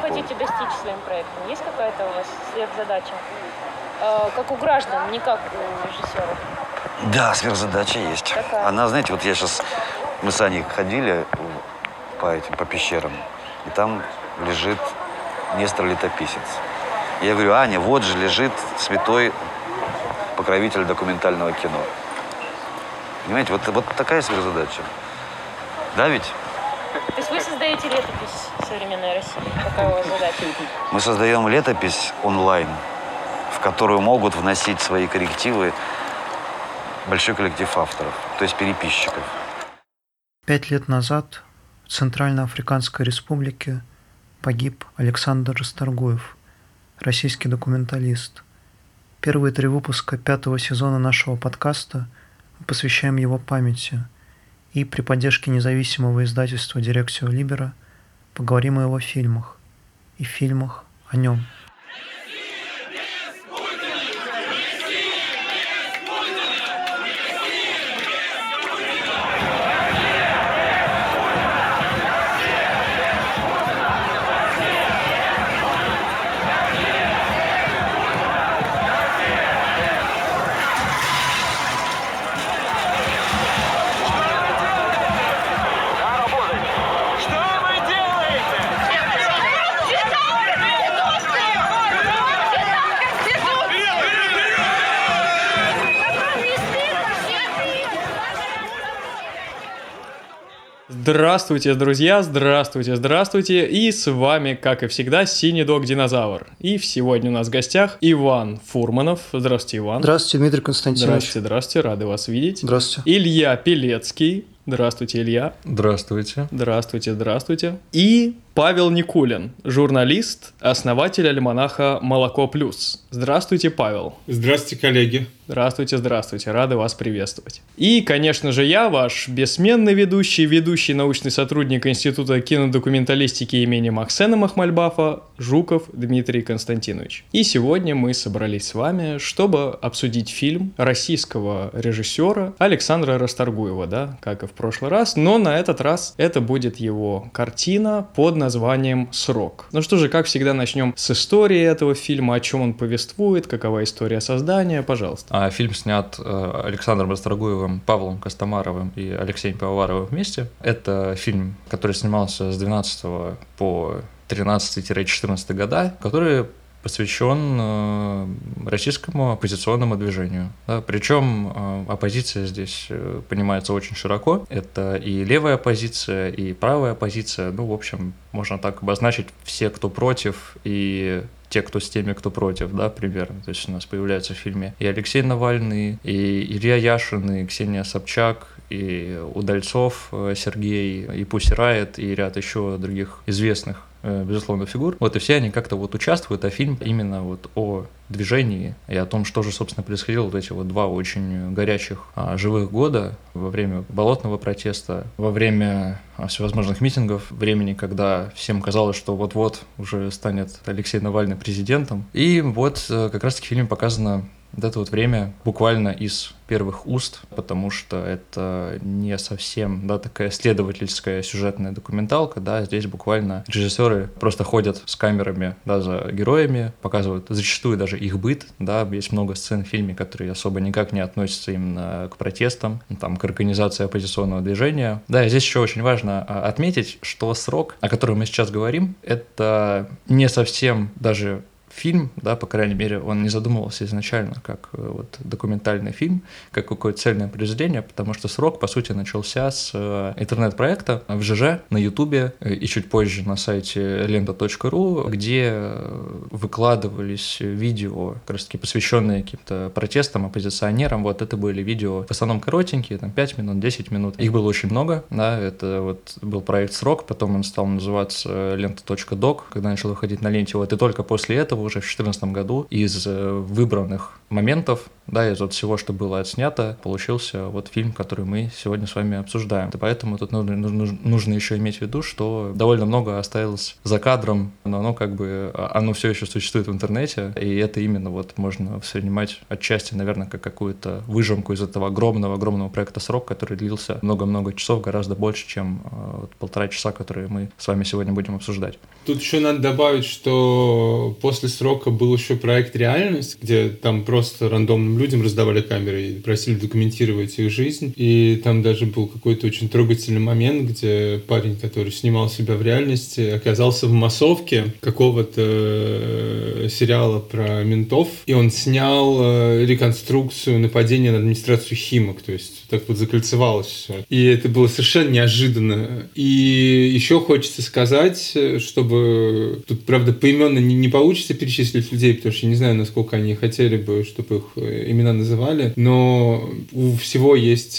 хотите достичь своим проектом? Есть какая-то у вас сверхзадача? Как у граждан, не как у режиссеров. Да, сверхзадача есть. Какая? Она, знаете, вот мы с Аней ходили по пещерам, и там лежит Нестор Летописец. Я говорю: Аня, вот же лежит святой покровитель документального кино. Понимаете, вот такая сверхзадача. Да ведь? То есть вы создаете летопись современной России? Какая у вас задача? Мы создаем летопись онлайн, в которую могут вносить свои коррективы большой коллектив авторов, то есть переписчиков. 5 лет назад в Центральноафриканской Республике погиб Александр Расторгуев, российский документалист. Первые 3 выпуска 5-го сезона нашего подкаста мы посвящаем его памяти, и при поддержке независимого издательства «Дирекцио Либера» поговорим о его фильмах и фильмах о нем. Здравствуйте, друзья, здравствуйте, и с вами, как и всегда, Синий Дог Динозавр. И сегодня у нас в гостях Иван Фурманов. Здравствуйте, Иван. Здравствуйте, Дмитрий Константинович. Здравствуйте, рады вас видеть. Здравствуйте. Илья Пелецкий. Здравствуйте, Илья. Здравствуйте. Здравствуйте. И Павел Никулин, журналист, основатель альманаха «Молоко Плюс». Здравствуйте, Павел. Здравствуйте, коллеги. Здравствуйте, рады вас приветствовать. И, конечно же, я, ваш бессменный ведущий научный сотрудник Института кинодокументалистики имени Махсена Махмальбафа, Жуков Дмитрий Константинович. И сегодня мы собрались с вами, чтобы обсудить фильм российского режиссера Александра Расторгуева, да, как и в прошлый раз, но на этот раз это будет его картина под названием «Срок». Ну что же, как всегда, начнем с истории этого фильма, о чем он повествует, какова история создания, пожалуйста. Фильм снят Александром Расторгуевым, Павлом Костомаровым и Алексеем Пивоваровым вместе. Это фильм, который снимался с 12 по 13-14 года, который посвящен российскому оппозиционному движению. Да, причем оппозиция здесь понимается очень широко. Это и левая оппозиция, и правая оппозиция. Ну, в общем, можно так обозначить: все, кто против, и те, кто с теми, кто против, да, примерно. То есть у нас появляется в фильме и Алексей Навальный, и Илья Яшин, и Ксения Собчак, и Удальцов Сергей, и Pussy Riot, и ряд еще других известных, безусловно, фигур. Вот, и все они как-то вот участвуют, а фильм именно вот о движении и о том, что же, собственно, происходило вот эти вот 2 очень горячих, живых года во время болотного протеста, во время всевозможных митингов, времени, когда всем казалось, что вот-вот уже станет Алексей Навальный президентом. И вот как раз-таки в фильме показано вот это вот время буквально из первых уст, потому что это не совсем, да, такая следовательская сюжетная документалка, да, здесь буквально режиссеры просто ходят с камерами, да, за героями, показывают зачастую даже их быт, да, есть много сцен в фильме, которые особо никак не относятся именно к протестам, там, к организации оппозиционного движения. Да, и здесь еще очень важно отметить, что «Срок», о котором мы сейчас говорим, это не совсем даже фильм, да, по крайней мере, он не задумывался изначально как вот документальный фильм, как какое-то цельное произведение, потому что «Срок», по сути, начался с интернет-проекта в ЖЖ, на Ютубе и чуть позже на сайте lenta.ru, где выкладывались видео, как раз таки посвященные каким-то протестам, оппозиционерам. Вот это были видео в основном коротенькие, там 5 минут, 10 минут. Их было очень много, да, это вот был проект «Срок», потом он стал называться lenta.doc, когда начал выходить на ленте. Вот и только после этого уже в 2014 году из выбранных моментов Да, из вот всего, что было отснято, получился вот фильм, который мы сегодня с вами обсуждаем. И поэтому тут нужно еще иметь в виду, что довольно много оставилось за кадром, но оно все еще существует в интернете, и это именно вот можно воспринимать отчасти, наверное, как какую-то выжимку из этого огромного проекта «Срок», который длился много-много часов, гораздо больше, чем 1,5 часа, которые мы с вами сегодня будем обсуждать. Тут еще надо добавить, что после «Срока» был еще проект «Реальность», где там просто рандомным людям раздавали камеры и просили документировать их жизнь. И там даже был какой-то очень трогательный момент, где парень, который снимал себя в реальности, оказался в массовке какого-то сериала про ментов, и он снял реконструкцию нападения на администрацию Химок, то есть так вот закольцевалось все. И это было совершенно неожиданно. И еще хочется сказать, чтобы тут, правда, поименно не получится перечислить людей, потому что я не знаю, насколько они хотели бы, чтобы их имена называли, но у всего есть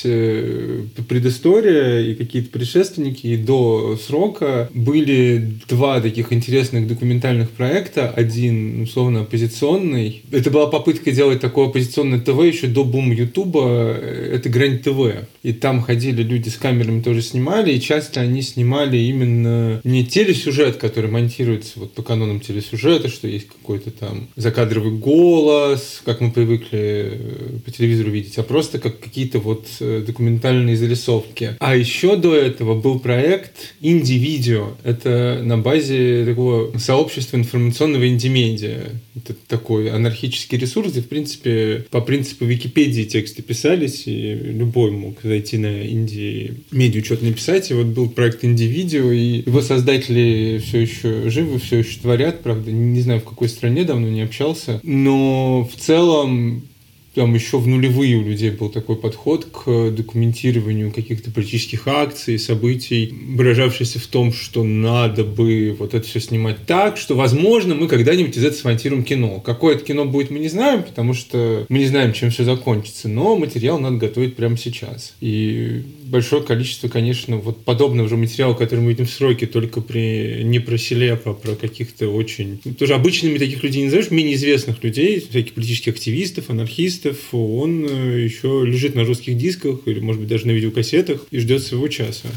предыстория и какие-то предшественники, и до «Срока были 2 таких интересных документальных проекта. Один, условно, оппозиционный. Это была попытка делать такое оппозиционное ТВ еще до бума Ютуба. Это «Грань ТВ». И там ходили люди с камерами, тоже снимали, и часто они снимали именно не телесюжет, который монтируется вот по канонам телесюжета, что есть какой-то там закадровый голос, как мы привыкли по телевизору видеть, а просто как какие-то вот документальные зарисовки. А еще до этого был проект «Инди-видео». Это на базе такого сообщества информационного инди-медиа. Это такой анархический ресурс, где, в принципе, по принципу Википедии тексты писались, и любой мог зайти на инди-медиа что-то написать. И вот был проект «Инди-видео», и его создатели все еще живы, все еще творят, правда, не знаю, в какой стране, давно не общался, но в целом там еще в нулевые у людей был такой подход к документированию каких-то политических акций, событий, выражавшийся в том, что надо бы вот это все снимать так, что, возможно, мы когда-нибудь из этого смонтируем кино. Какое это кино будет, мы не знаем, потому что мы не знаем, чем все закончится, но материал надо готовить прямо сейчас. И большое количество, конечно, вот подобного же материала, который мы видим в «Сроке», только не про селеб, а про каких-то очень... Тоже обычными таких людей не назовешь, менее известных людей, всяких политических активистов, анархистов, он еще лежит на жестких дисках или, может быть, даже на видеокассетах и ждет своего часа.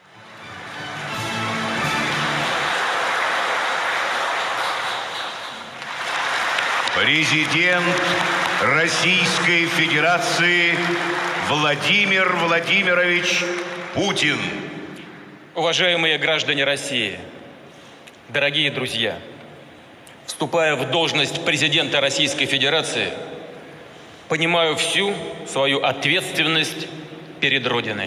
Президент Российской Федерации Владимир Владимирович Путин. Уважаемые граждане России, дорогие друзья, вступая в должность президента Российской Федерации, понимаю всю свою ответственность перед Родиной.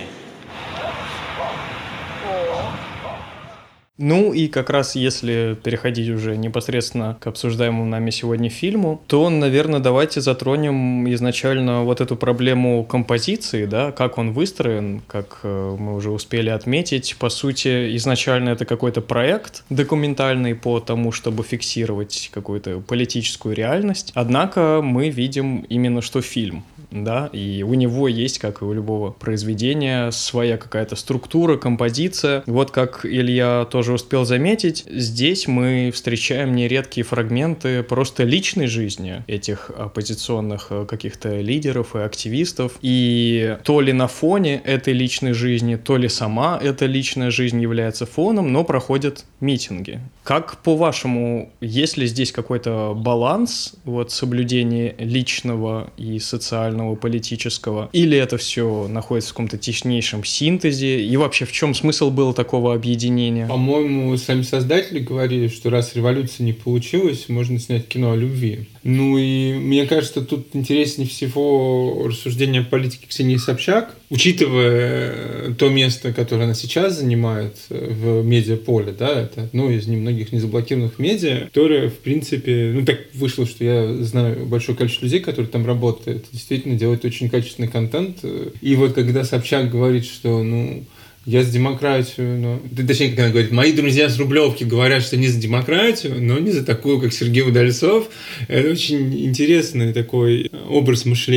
Ну и как раз если переходить уже непосредственно к обсуждаемому нами сегодня фильму, то, наверное, давайте затронем изначально вот эту проблему композиции, да, как он выстроен, как мы уже успели отметить. По сути, изначально это какой-то проект документальный по тому, чтобы фиксировать какую-то политическую реальность. Однако мы видим именно что фильм, да, и у него есть, как и у любого произведения, своя какая-то структура, композиция. Вот как Илья тоже успел заметить, здесь мы встречаем нередкие фрагменты просто личной жизни этих оппозиционных каких-то лидеров и активистов. И то ли на фоне этой личной жизни, то ли сама эта личная жизнь является фоном, но проходят митинги. Как по-вашему, есть ли здесь какой-то баланс вот соблюдения личного и социального, политического, или это все находится в каком-то теснейшем синтезе, и вообще в чем смысл было такого объединения? По-моему, сами создатели говорили, что раз революция не получилась, можно снять кино о любви. Ну и мне кажется, тут интереснее всего рассуждение о политике Ксении Собчак, учитывая то место, которое она сейчас занимает в медиаполе, да, это одно из немногих незаблокированных медиа, которое, в принципе, ну так вышло, что я знаю большое количество людей, которые там работают, действительно делают очень качественный контент. И вот когда Собчак говорит, что, ну, я за демократию, но... Точнее, как она говорит, мои друзья с Рублевки говорят, что не за демократию, но не за такую, как Сергей Удальцов. Это очень интересный такой образ мышления.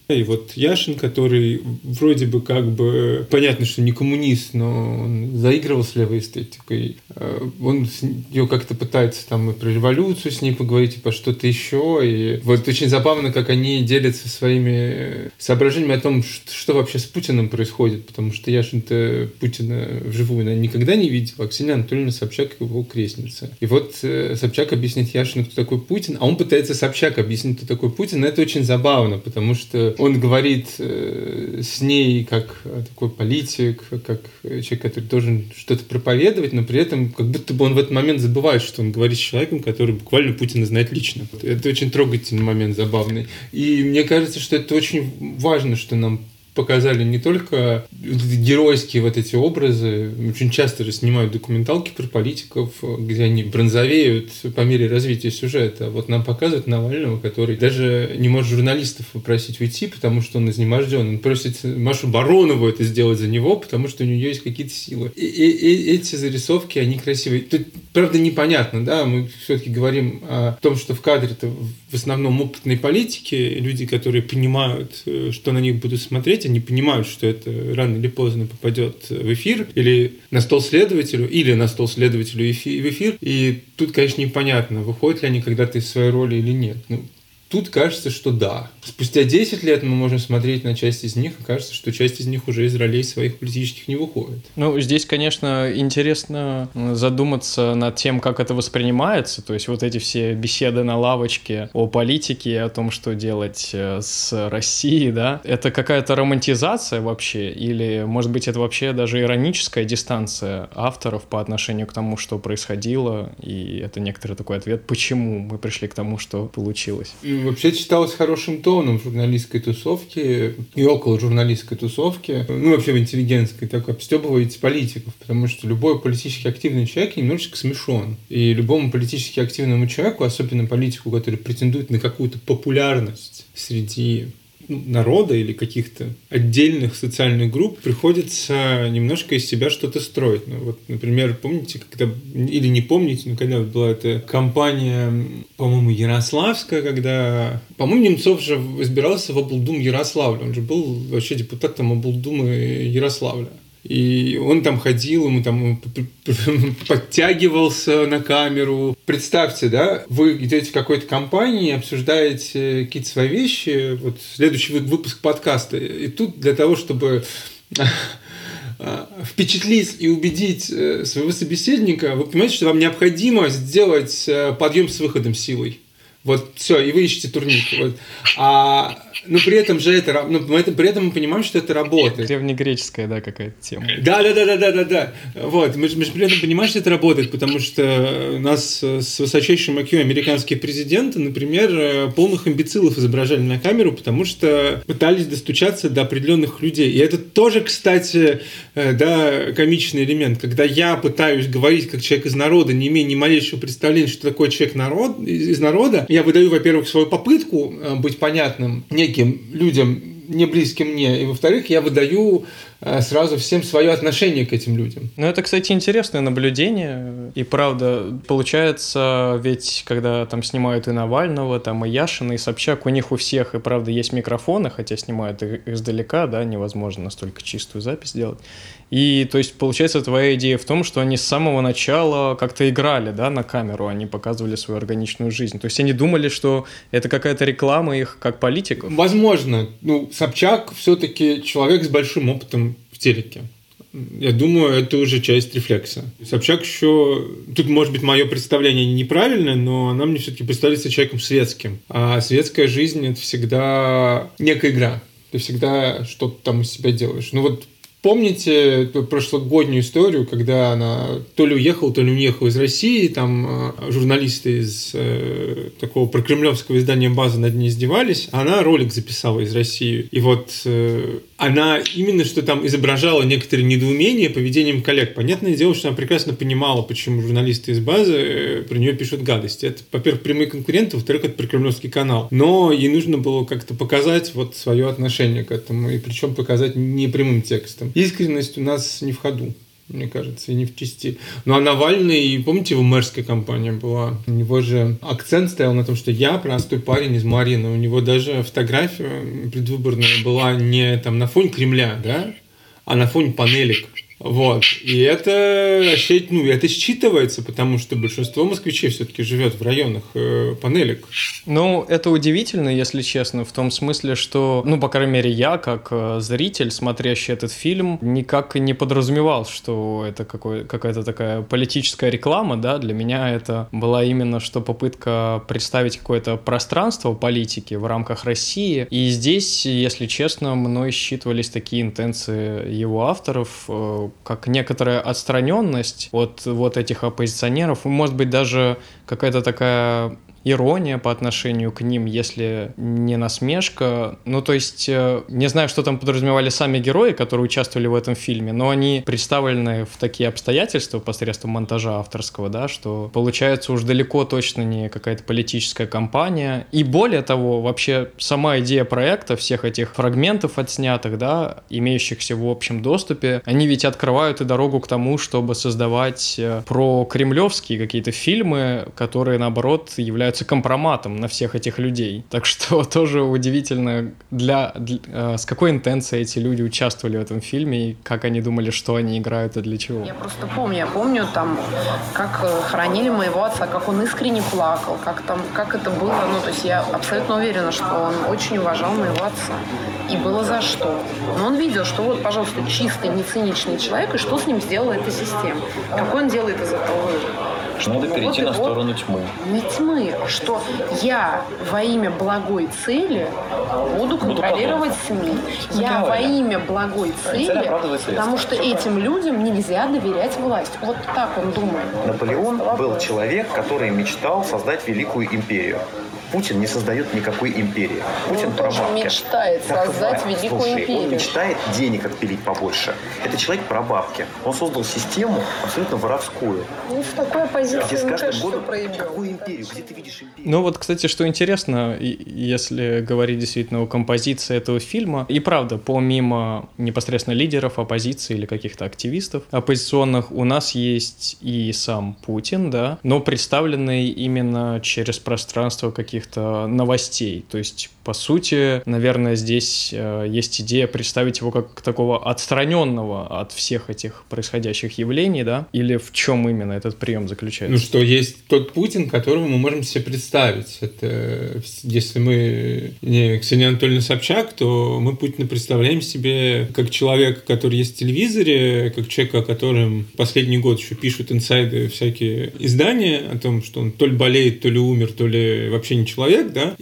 И вот Яшин, который вроде бы как бы, понятно, что не коммунист, но он заигрывал с левой эстетикой. Он ее как-то пытается там и про революцию с ней поговорить, и по что-то еще. И вот очень забавно, как они делятся своими соображениями о том, что вообще с Путиным происходит, потому что Яшин-то Путина вживую, наверное, никогда не видел, а Ксения Анатольевна Собчак его крестница. И вот Собчак объяснит Яшину, кто такой Путин, а он пытается Собчак объяснить, кто такой Путин. И это очень забавно, потому что он говорит с ней как такой политик, как человек, который должен что-то проповедовать, но при этом как будто бы он в этот момент забывает, что он говорит с человеком, который буквально Путина знает лично. Это очень трогательный момент, забавный. И мне кажется, что это очень важно, что нам показали не только геройские вот эти образы, очень часто же снимают документалки про политиков, где они бронзовеют по мере развития сюжета. Вот нам показывают Навального, который даже не может журналистов попросить уйти, потому что он изнеможден. Он просит Машу Баронову это сделать за него, потому что у нее есть какие-то силы. И эти зарисовки, они красивые. Тут, правда, непонятно, да, мы все-таки говорим о том, что в кадре-то в основном опытные политики, люди, которые понимают, что на них будут смотреть, они понимают, что это рано или поздно попадет в эфир или на стол следователю в эфир. И тут, конечно, непонятно, выходят ли они когда-то из своей роли или нет. Тут кажется, что да. Спустя 10 лет мы можем смотреть на часть из них, и кажется, что часть из них уже из ролей своих политических не выходит. Здесь, конечно, интересно задуматься над тем, как это воспринимается. То есть вот эти все беседы на лавочке о политике, о том, что делать с Россией, да, это какая-то романтизация вообще? Или, может быть, это вообще даже ироническая дистанция авторов по отношению к тому, что происходило, и это некоторый такой ответ, почему мы пришли к тому, что получилось? Вообще читалось хорошим тоном в журналистской тусовке и около журналистской тусовки, вообще в интеллигентской, так обстебываете политиков, потому что любой политически активный человек немножечко смешон. И любому политически активному человеку, особенно политику, который претендует на какую-то популярность среди народа или каких-то отдельных социальных групп, приходится немножко из себя что-то строить. Например, помните, или не помните, когда была эта кампания, по-моему, Ярославская, когда, по-моему, Немцов же избирался в облдум Ярославля, он же был вообще депутатом облдумы Ярославля. И он там ходил, ему там подтягивался на камеру. Представьте, да, вы идете в какой-то компании, обсуждаете какие-то свои вещи, вот следующий выпуск подкаста, и тут для того, чтобы впечатлить и убедить своего собеседника, вы понимаете, что вам необходимо сделать подъем с выходом силой. Вот все, и вы ищете турник. Вот. Но при этом же при этом мы понимаем, что это работает. Древнегреческая, да, какая-то тема. Да. Вот. Мы же при этом понимаем, что это работает, потому что у нас с высочайшим IQ американские президенты, например, полных имбецилов изображали на камеру, потому что пытались достучаться до определенных людей. И это тоже, кстати, да, комичный элемент. Когда я пытаюсь говорить как человек из народа, не имея ни малейшего представления, что такое человек из народа, я выдаю, во-первых, свою попытку быть понятным неким людям, не близким мне, и, во-вторых, я выдаю сразу всем свое отношение к этим людям. Это, кстати, интересное наблюдение. И правда, получается, ведь когда там снимают и Навального, там и Яшина, и Собчак, у них у всех, и правда, есть микрофоны, хотя снимают их издалека, да, невозможно настолько чистую запись делать. И, то есть, получается, твоя идея в том, что они с самого начала как-то играли, да, на камеру, они показывали свою органичную жизнь. То есть, они думали, что это какая-то реклама их как политиков? Возможно. Собчак все-таки человек с большим опытом в телеке. Я думаю, это уже часть рефлекса. Собчак еще... Тут, может быть, мое представление неправильное, но она мне все-таки представляется человеком светским. А светская жизнь – это всегда некая игра. Ты всегда что-то там из себя делаешь. Помните прошлогоднюю историю, когда она то ли уехала, то ли не уехала из России, там журналисты из такого прокремлевского издания «База» над ней издевались, а она ролик записала из России. И вот она именно что там изображала некоторые недоумения поведением коллег. Понятное дело, что она прекрасно понимала, почему журналисты из «Базы» про нее пишут гадости. Это, во-первых, прямые конкуренты, во-вторых, это прокремлевский канал. Но ей нужно было как-то показать вот свое отношение к этому, и причем показать не прямым текстом. Искренность у нас не в ходу. мне кажется, и не в чести. Ну, а Навальный, помните, его мэрская кампания была? У него же акцент стоял на том, что я простой парень из Марьино. У него даже фотография предвыборная была не там на фоне Кремля, да, а на фоне панелек. Вот. И это считывается, потому что большинство москвичей все-таки живет в районах панелек. Ну, это удивительно, если честно, в том смысле, что, ну, по крайней мере, я, как зритель, смотрящий этот фильм, никак не подразумевал, что это какая-то такая политическая реклама, да, для меня это была именно что попытка представить какое-то пространство политики в рамках России, и здесь, если честно, мной считывались такие интенции его авторов, как некоторая отстраненность от вот этих оппозиционеров, может быть, даже какая-то такая ирония по отношению к ним, если не насмешка. Ну, то есть, не знаю, что там подразумевали сами герои, которые участвовали в этом фильме, но они представлены в такие обстоятельства посредством монтажа авторского, да, что получается уж далеко точно не какая-то политическая кампания. И более того, вообще сама идея проекта, всех этих фрагментов отснятых, да, имеющихся в общем доступе, они ведь открывают и дорогу к тому, чтобы создавать прокремлевские какие-то фильмы, которые, наоборот, являются компроматом на всех этих людей. Так что тоже удивительно, с какой интенцией эти люди участвовали в этом фильме и как они думали, что они играют и для чего. Я просто помню там, как хоронили моего отца, как он искренне плакал, как это было. Ну, то есть я абсолютно уверена, что он очень уважал моего отца. И было за что. Но он видел, что вот, пожалуйста, чистый, нециничный человек, и что с ним сделала эта система. Какой он делает из этого вывод? Надо перейти на сторону тьмы. Не тьмы, а что я во имя благой цели буду контролировать СМИ. Я во имя благой цели, потому что этим людям нельзя доверять власти. Вот так он думает. Наполеон был человек, который мечтал создать великую империю. Путин не создает никакой империи. Путин тоже мечтает создать великую империю. Он мечтает денег отпилить побольше. Это человек про бабки. Он создал систему абсолютно воровскую. Ну, с такой оппозицией, где с каждым годом проебем. Какую империю? Где ты видишь империю? Ну вот, кстати, что интересно, если говорить действительно о композиции этого фильма, и правда, помимо непосредственно лидеров оппозиции или каких-то активистов оппозиционных, у нас есть и сам Путин, да, но представленный именно через пространство каких-то новостей. То есть, по сути, наверное, здесь есть идея представить его как такого отстраненного от всех этих происходящих явлений, да? Или в чем именно этот прием заключается? Ну, что есть тот Путин, которого мы можем себе представить. Это, если мы не Ксения Анатольевна Собчак, то мы Путина представляем себе как человека, который есть в телевизоре, как человека, о котором последний год еще пишут инсайды всякие издания о том, что он то ли болеет, то ли умер, то ли вообще не человек, да,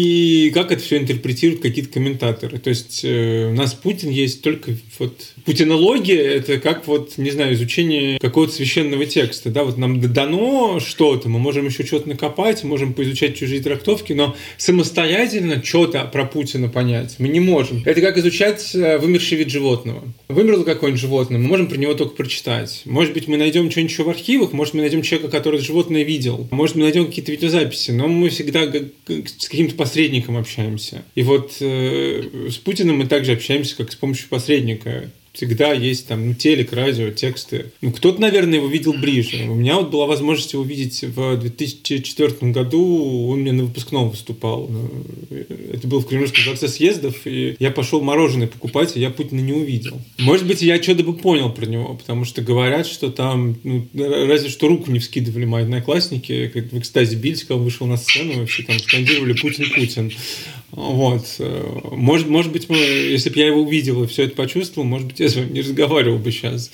и как это все интерпретируют какие-то комментаторы. То есть у нас Путин есть только вот путинология, это как вот, не знаю, изучение какого-то священного текста, да, вот нам дано что-то, мы можем еще что-то накопать, можем поизучать чужие трактовки, но самостоятельно что-то про Путина понять мы не можем. Это как изучать вымерший вид животного. Вымерло какое-нибудь животное, мы можем про него только прочитать. Может быть, мы найдем что-нибудь еще в архивах, может, мы найдем человека, который это животное видел, может, мы найдем какие-то видеозаписи, но мы всегда с каким-то посредником общаемся. И вот с Путиным мы также общаемся, как с помощью посредника. Всегда есть там телек, радио, тексты. Ну, кто-то, наверное, его видел ближе. У меня вот была возможность его видеть в 2004 году. Он мне на выпускном выступал. Это был в Кремлевском дворце съездов, и я пошел мороженое покупать, и я Путина не увидел. Может быть, я что-то бы понял про него, потому что говорят, что там, ну, разве что руку не вскидывали мои одноклассники, как в экстазе Бильского вышел на сцену, и все там скандировали «Путин, Путин». Вот. Может быть, если бы я его увидел и все это почувствовал, может быть, я с вами не разговаривал бы сейчас.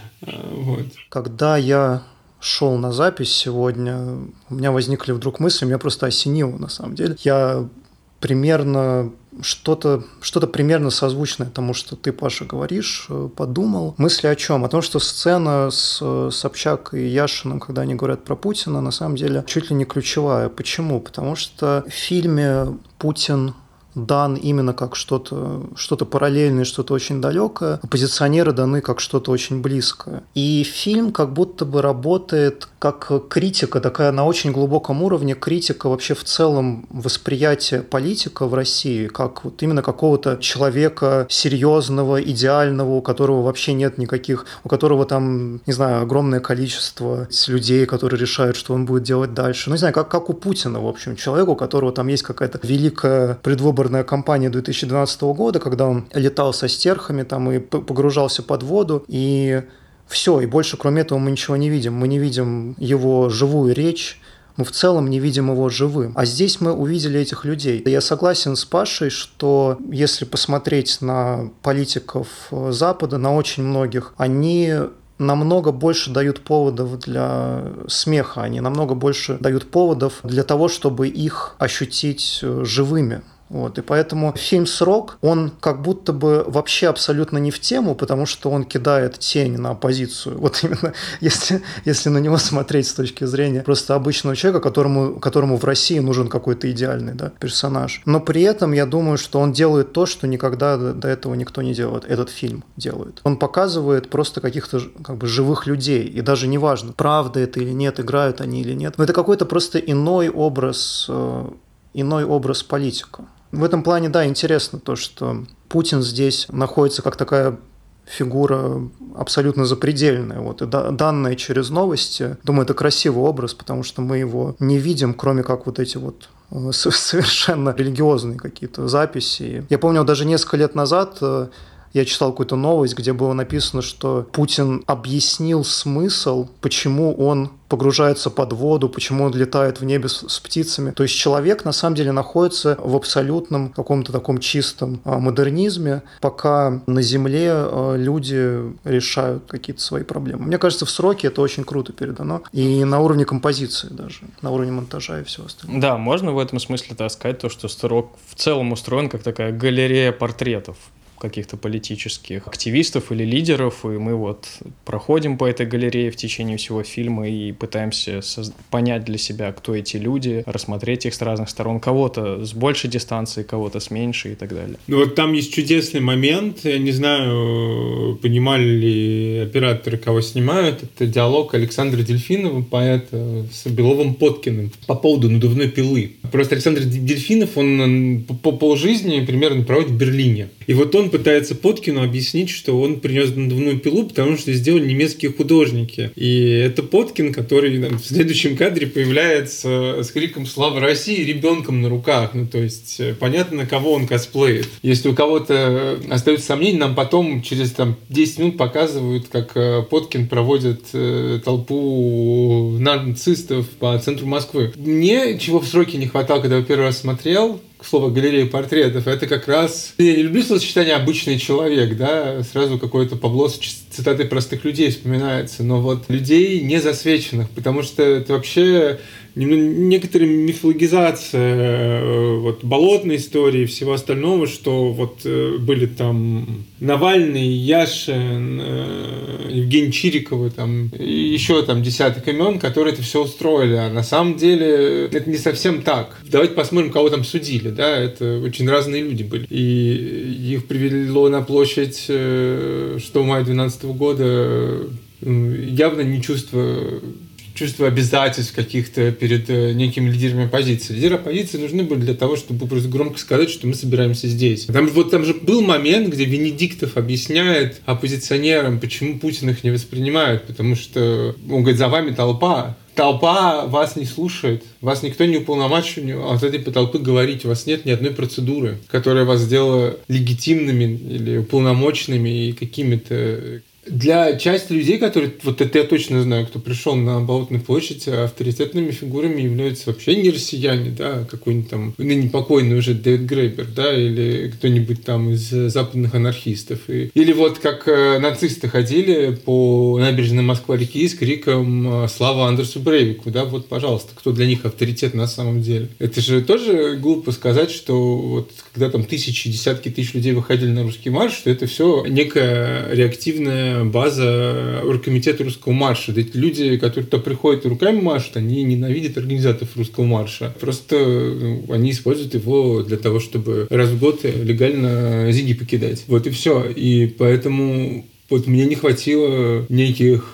Вот. Когда я шел на запись сегодня, у меня возникли вдруг мысли, меня просто осенило на самом деле. Я примерно что-то примерно созвучное тому, что ты, Паша, говоришь, подумал. Мысли о чем? О том, что сцена с Собчак и Яшиным, когда они говорят про Путина, на самом деле чуть ли не ключевая. Почему? Потому что в фильме Путин дан именно как что-то параллельное, что-то очень далекое, оппозиционеры даны как что-то очень близкое. И фильм как будто бы работает как критика, такая на очень глубоком уровне критика вообще в целом восприятия политика в России, как вот именно какого-то человека серьезного, идеального, у которого вообще нет никаких, у которого там, не знаю, огромное количество людей, которые решают, что он будет делать дальше. Ну, не знаю, как у Путина, в общем, человеку, у которого там есть какая-то великая предвыборная кампания 2012 года, когда он летал со стерхами там и погружался под воду, и все, и больше кроме этого мы ничего не видим. Мы не видим его живую речь, мы в целом не видим его живым. А здесь мы увидели этих людей. Я согласен с Пашей, что если посмотреть на политиков Запада, на очень многих, они намного больше дают поводов для смеха, они намного больше дают поводов для того, чтобы их ощутить живыми. Вот, и поэтому фильм «Срок», он как будто бы вообще абсолютно не в тему, потому что он кидает тень на оппозицию. Вот именно если на него смотреть с точки зрения просто обычного человека, которому в России нужен какой-то идеальный, да, персонаж. Но при этом я думаю, что он делает то, что никогда до этого никто не делает. Этот фильм делает. Он показывает просто каких-то как бы живых людей. И даже неважно, правда это или нет, играют они или нет. Но это какой-то просто иной образ политика. В этом плане, да, интересно то, что Путин здесь находится как такая фигура абсолютно запредельная, вот, и данная через новости. Думаю, это красивый образ, потому что мы его не видим, кроме как вот эти вот совершенно религиозные какие-то записи. Я помню, даже несколько лет назад я читал какую-то новость, где было написано, что Путин объяснил смысл, почему он погружается под воду, почему он летает в небе с птицами. То есть человек на самом деле находится в абсолютном каком-то таком чистом модернизме, пока на Земле люди решают какие-то свои проблемы. Мне кажется, в «Сроке» это очень круто передано. И на уровне композиции даже, на уровне монтажа и всего остального. Да, можно в этом смысле сказать то, что «Срок» в целом устроен как такая галерея портретов каких-то политических активистов или лидеров, и мы вот проходим по этой галерее в течение всего фильма и пытаемся понять для себя, кто эти люди, рассмотреть их с разных сторон, кого-то с большей дистанции, кого-то с меньшей и так далее. Ну вот там есть чудесный момент, я не знаю, понимали ли операторы, кого снимают, это диалог Александра Дельфинова, поэта, с Беловым-Поткиным по поводу надувной пилы. Просто Александр Дельфинов, он по полжизни примерно проводит в Берлине. И вот он пытается Поткину объяснить, что он принес надувную пилу, потому что сделали немецкие художники. И это Поткин, который в следующем кадре появляется с криком «Слава России!» ребенком на руках. Ну, то есть, понятно, на кого он косплеит. Если у кого-то остаются сомнения, нам потом через 10 минут показывают, как Поткин проводит толпу нацистов по центру Москвы. Мне чего в «Сроке» не хватало, когда я первый раз смотрел, к слову, галерея портретов, это как раз... Я не люблю словосочетание «обычный человек», да, сразу какое-то Пабло с цитатой простых людей вспоминается, но вот людей не засвеченных, потому что это вообще некоторая мифологизация вот болотной истории и всего остального, что вот были там Навальный, Яшин, Евгений Чириковы, там, и еще там десяток имен, которые это все устроили. А на самом деле это не совсем так. Давайте посмотрим, кого там судили. Да? Это очень разные люди были. И их привело на площадь 6 мая 2012 года явно не чувство обязательств каких-то перед некими лидерами оппозиции. Лидеры оппозиции нужны были для того, чтобы просто громко сказать, что мы собираемся здесь. Там же был момент, где Венедиктов объясняет оппозиционерам, почему Путин их не воспринимает, потому что он говорит, за вами толпа. Толпа вас не слушает, вас никто не уполномочен от этой толпы говорить, у вас нет ни одной процедуры, которая вас сделала легитимными или уполномоченными и какими-то... Для части людей, которые, вот это я точно знаю, кто пришел на Болотную площадь, авторитетными фигурами являются вообще не россияне, да, какой-нибудь там ныне покойный уже Дэвид Грейбер, да, или кто-нибудь там из западных анархистов. Или вот как нацисты ходили по набережной Москва-реки с криком «Слава Андерсу Брейвику», да, вот, пожалуйста, кто для них авторитет на самом деле. Это же тоже глупо сказать, что вот когда там тысячи, десятки тысяч людей выходили на русский марш, что это все некая реактивная главная база оргкомитета русского марша. Эти люди, которые туда приходят и руками машут, они ненавидят организаторов русского марша. Просто они используют его для того, чтобы раз в год легально зиги покидать. Вот и все. И поэтому вот мне не хватило неких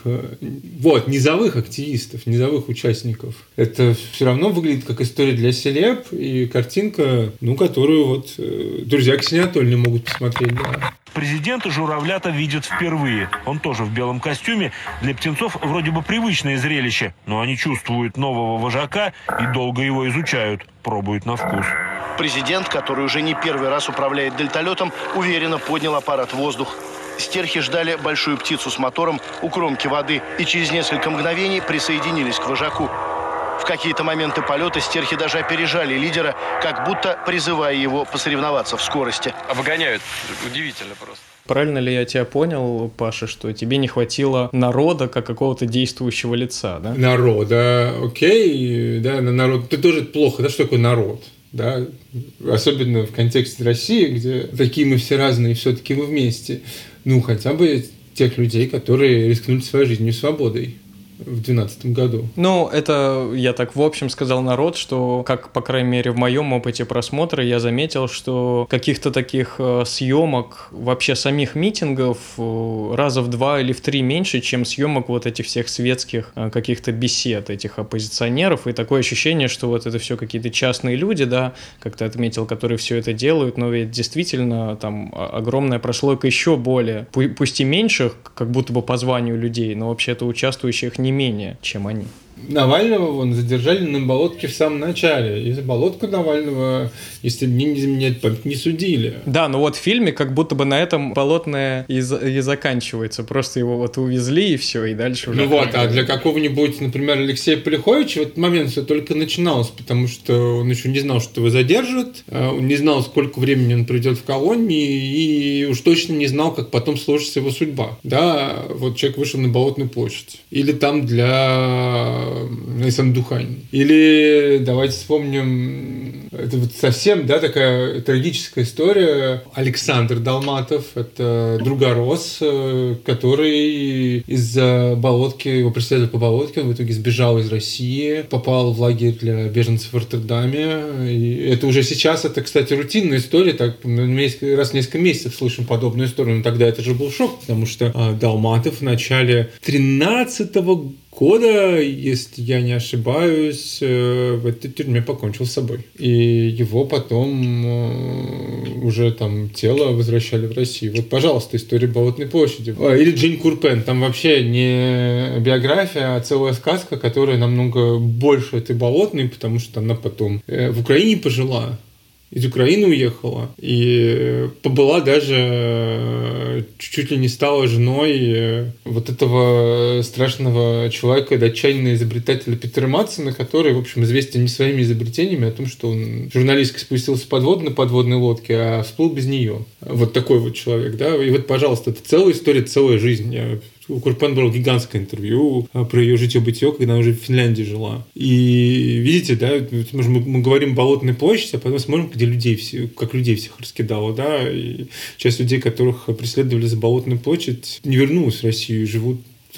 низовых активистов, низовых участников. Это все равно выглядит как история для селеб и картинка, которую друзья Ксении Анатольевны могут посмотреть, да. Президента Журавлята видят впервые. Он тоже в белом костюме. Для птенцов вроде бы привычное зрелище, но они чувствуют нового вожака и долго его изучают, пробуют на вкус. Президент, который уже не первый раз управляет дельталетом, уверенно поднял аппарат в воздух. Стерхи ждали большую птицу с мотором у кромки воды и через несколько мгновений присоединились к вожаку. В какие-то моменты полета стерхи даже опережали лидера, как будто призывая его посоревноваться в скорости. Обгоняют. Удивительно просто. Правильно ли я тебя понял, Паша, что тебе не хватило народа как какого-то действующего лица, да? Народа, окей, да, народ. Это тоже плохо, да, что такое народ? Да, особенно в контексте России, где такие мы все разные, все-таки мы вместе. Хотя бы тех людей, которые рискнули своей жизнью и свободой в 2012 году. Это я так в общем сказал народ, что, как, по крайней мере, в моем опыте просмотра, я заметил, что каких-то таких съемок, вообще самих митингов раза в 2 или в 3 меньше, чем съемок вот этих всех светских каких-то бесед этих оппозиционеров, и такое ощущение, что вот это все какие-то частные люди, да, как ты отметил, которые все это делают, но ведь действительно там огромная прослойка еще более, пусть и меньших, как будто бы по званию людей, но вообще-то участвующих не менее, чем они. Навального задержали на Болотке в самом начале. И за Болотку Навального, если мне не изменять память, не судили. Да, но в фильме как будто бы на этом Болотное и заканчивается. Просто его увезли и все, и дальше уже... А для какого-нибудь, например, Алексея Полиховича в этот момент все только начиналось, потому что он еще не знал, что его задержат, он не знал, сколько времени он проведет в колонии, и уж точно не знал, как потом сложится его судьба. Да, человек вышел на Болотную площадь. Или там для Исам Духань. Или давайте вспомним, это совсем, да, такая трагическая история. Александр Долматов, это другорос, который из-за Болотки, его преследовали по Болотке, он в итоге сбежал из России, попал в лагерь для беженцев в Роттердаме. И это уже сейчас, это, кстати, рутинная история, так раз в несколько месяцев слышим подобную историю, но тогда это же был шок, потому что Долматов в начале 13-го года, если я не ошибаюсь, в этой тюрьме покончил с собой. И его потом уже там тело возвращали в Россию. Пожалуйста, история Болотной площади. Или Джейн Курпен. Там вообще не биография, а целая сказка, которая намного больше этой Болотной, потому что она потом в Украине пожила. Из Украины уехала и побыла даже, чуть ли не стала женой вот этого страшного человека, датчанина изобретателя Питера Матсона, который, в общем, известен не своими изобретениями, а о том, что он журналистка спустился на подводной лодке, а всплыл без нее. Вот такой человек, да. И пожалуйста, это целая история, целая жизнь. У Курпен было гигантское интервью про ее житье-бытие, когда она уже в Финляндии жила. И видите, да, мы говорим Болотная площадь, а потом смотрим, как людей всех раскидало, да, и часть людей, которых преследовали за Болотную площадь, не вернулась в Россию и живут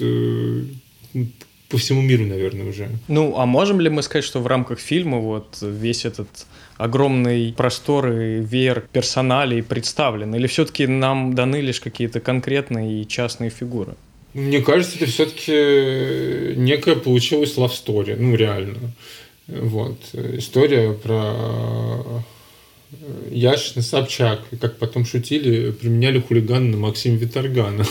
по всему миру, наверное, уже. А можем ли мы сказать, что в рамках фильма весь этот огромный простор и веер персоналей представлен? Или все-таки нам даны лишь какие-то конкретные и частные фигуры? Мне кажется, это все-таки некая получилась love story, реально. История про Яшина Собчак, и как потом шутили, применяли хулигана на Максима Виторгана.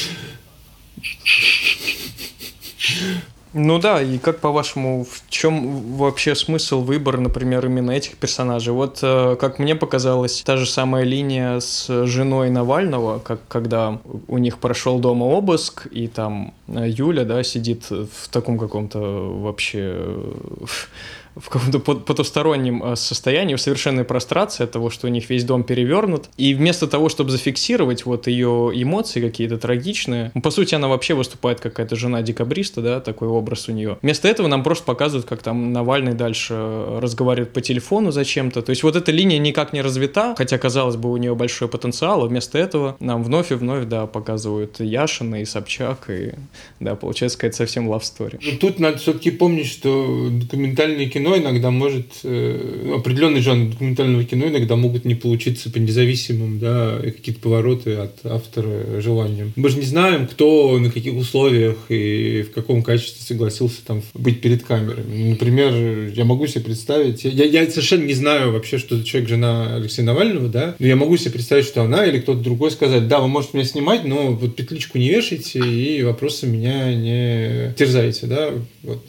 И как, по-вашему, в чем вообще смысл выбора, например, именно этих персонажей? Как мне показалось, та же самая линия с женой Навального, когда у них прошел дома обыск, и там Юля, да, сидит в таком каком-то вообще в каком-то потустороннем состоянии, в совершенной прострации от того, что у них весь дом перевернут. И вместо того, чтобы зафиксировать вот ее эмоции какие-то трагичные, по сути, она вообще выступает как какая-то жена декабриста, да, такой образ у нее. Вместо этого нам просто показывают, как там Навальный дальше разговаривает по телефону зачем-то. То есть вот эта линия никак не развита, хотя, казалось бы, у нее большой потенциал, а вместо этого нам вновь и вновь, да, показывают Яшина и Собчак, и, да, получается какая-то совсем love story. Но тут надо все-таки помнить, что документальное кино иногда может, определенный жанр документального кино иногда могут не получиться по независимым, да, какие-то повороты от автора желаниям. Мы же не знаем, кто на каких условиях и в каком качестве согласился там быть перед камерами. Например, я могу себе представить, я совершенно не знаю вообще, что за человек, жена Алексея Навального, да, но я могу себе представить, что она или кто-то другой сказать: да, вы можете меня снимать, но вот петличку не вешайте и вопросы меня не терзайте, да, вот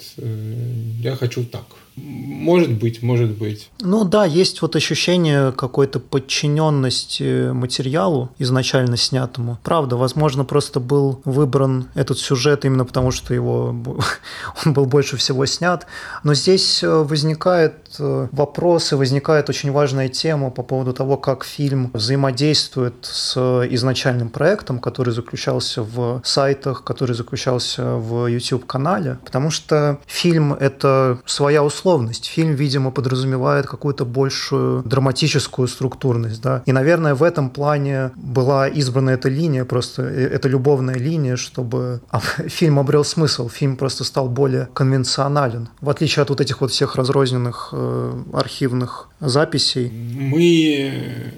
я хочу так. Может быть. Ну да, есть вот ощущение какой-то подчиненности материалу изначально снятому. Правда, возможно, просто был выбран этот сюжет именно потому, что он был больше всего снят. Но здесь возникает вопрос и возникает очень важная тема по поводу того, как фильм взаимодействует с изначальным проектом, который заключался в сайтах, который заключался в YouTube-канале. Потому что фильм — это своя условность. Фильм, видимо, подразумевает какую-то большую драматическую структурность, да. И, наверное, в этом плане была избрана эта линия, просто эта любовная линия, чтобы фильм обрел смысл, фильм просто стал более конвенционален, в отличие от вот этих вот всех разрозненных архивных записей. Мы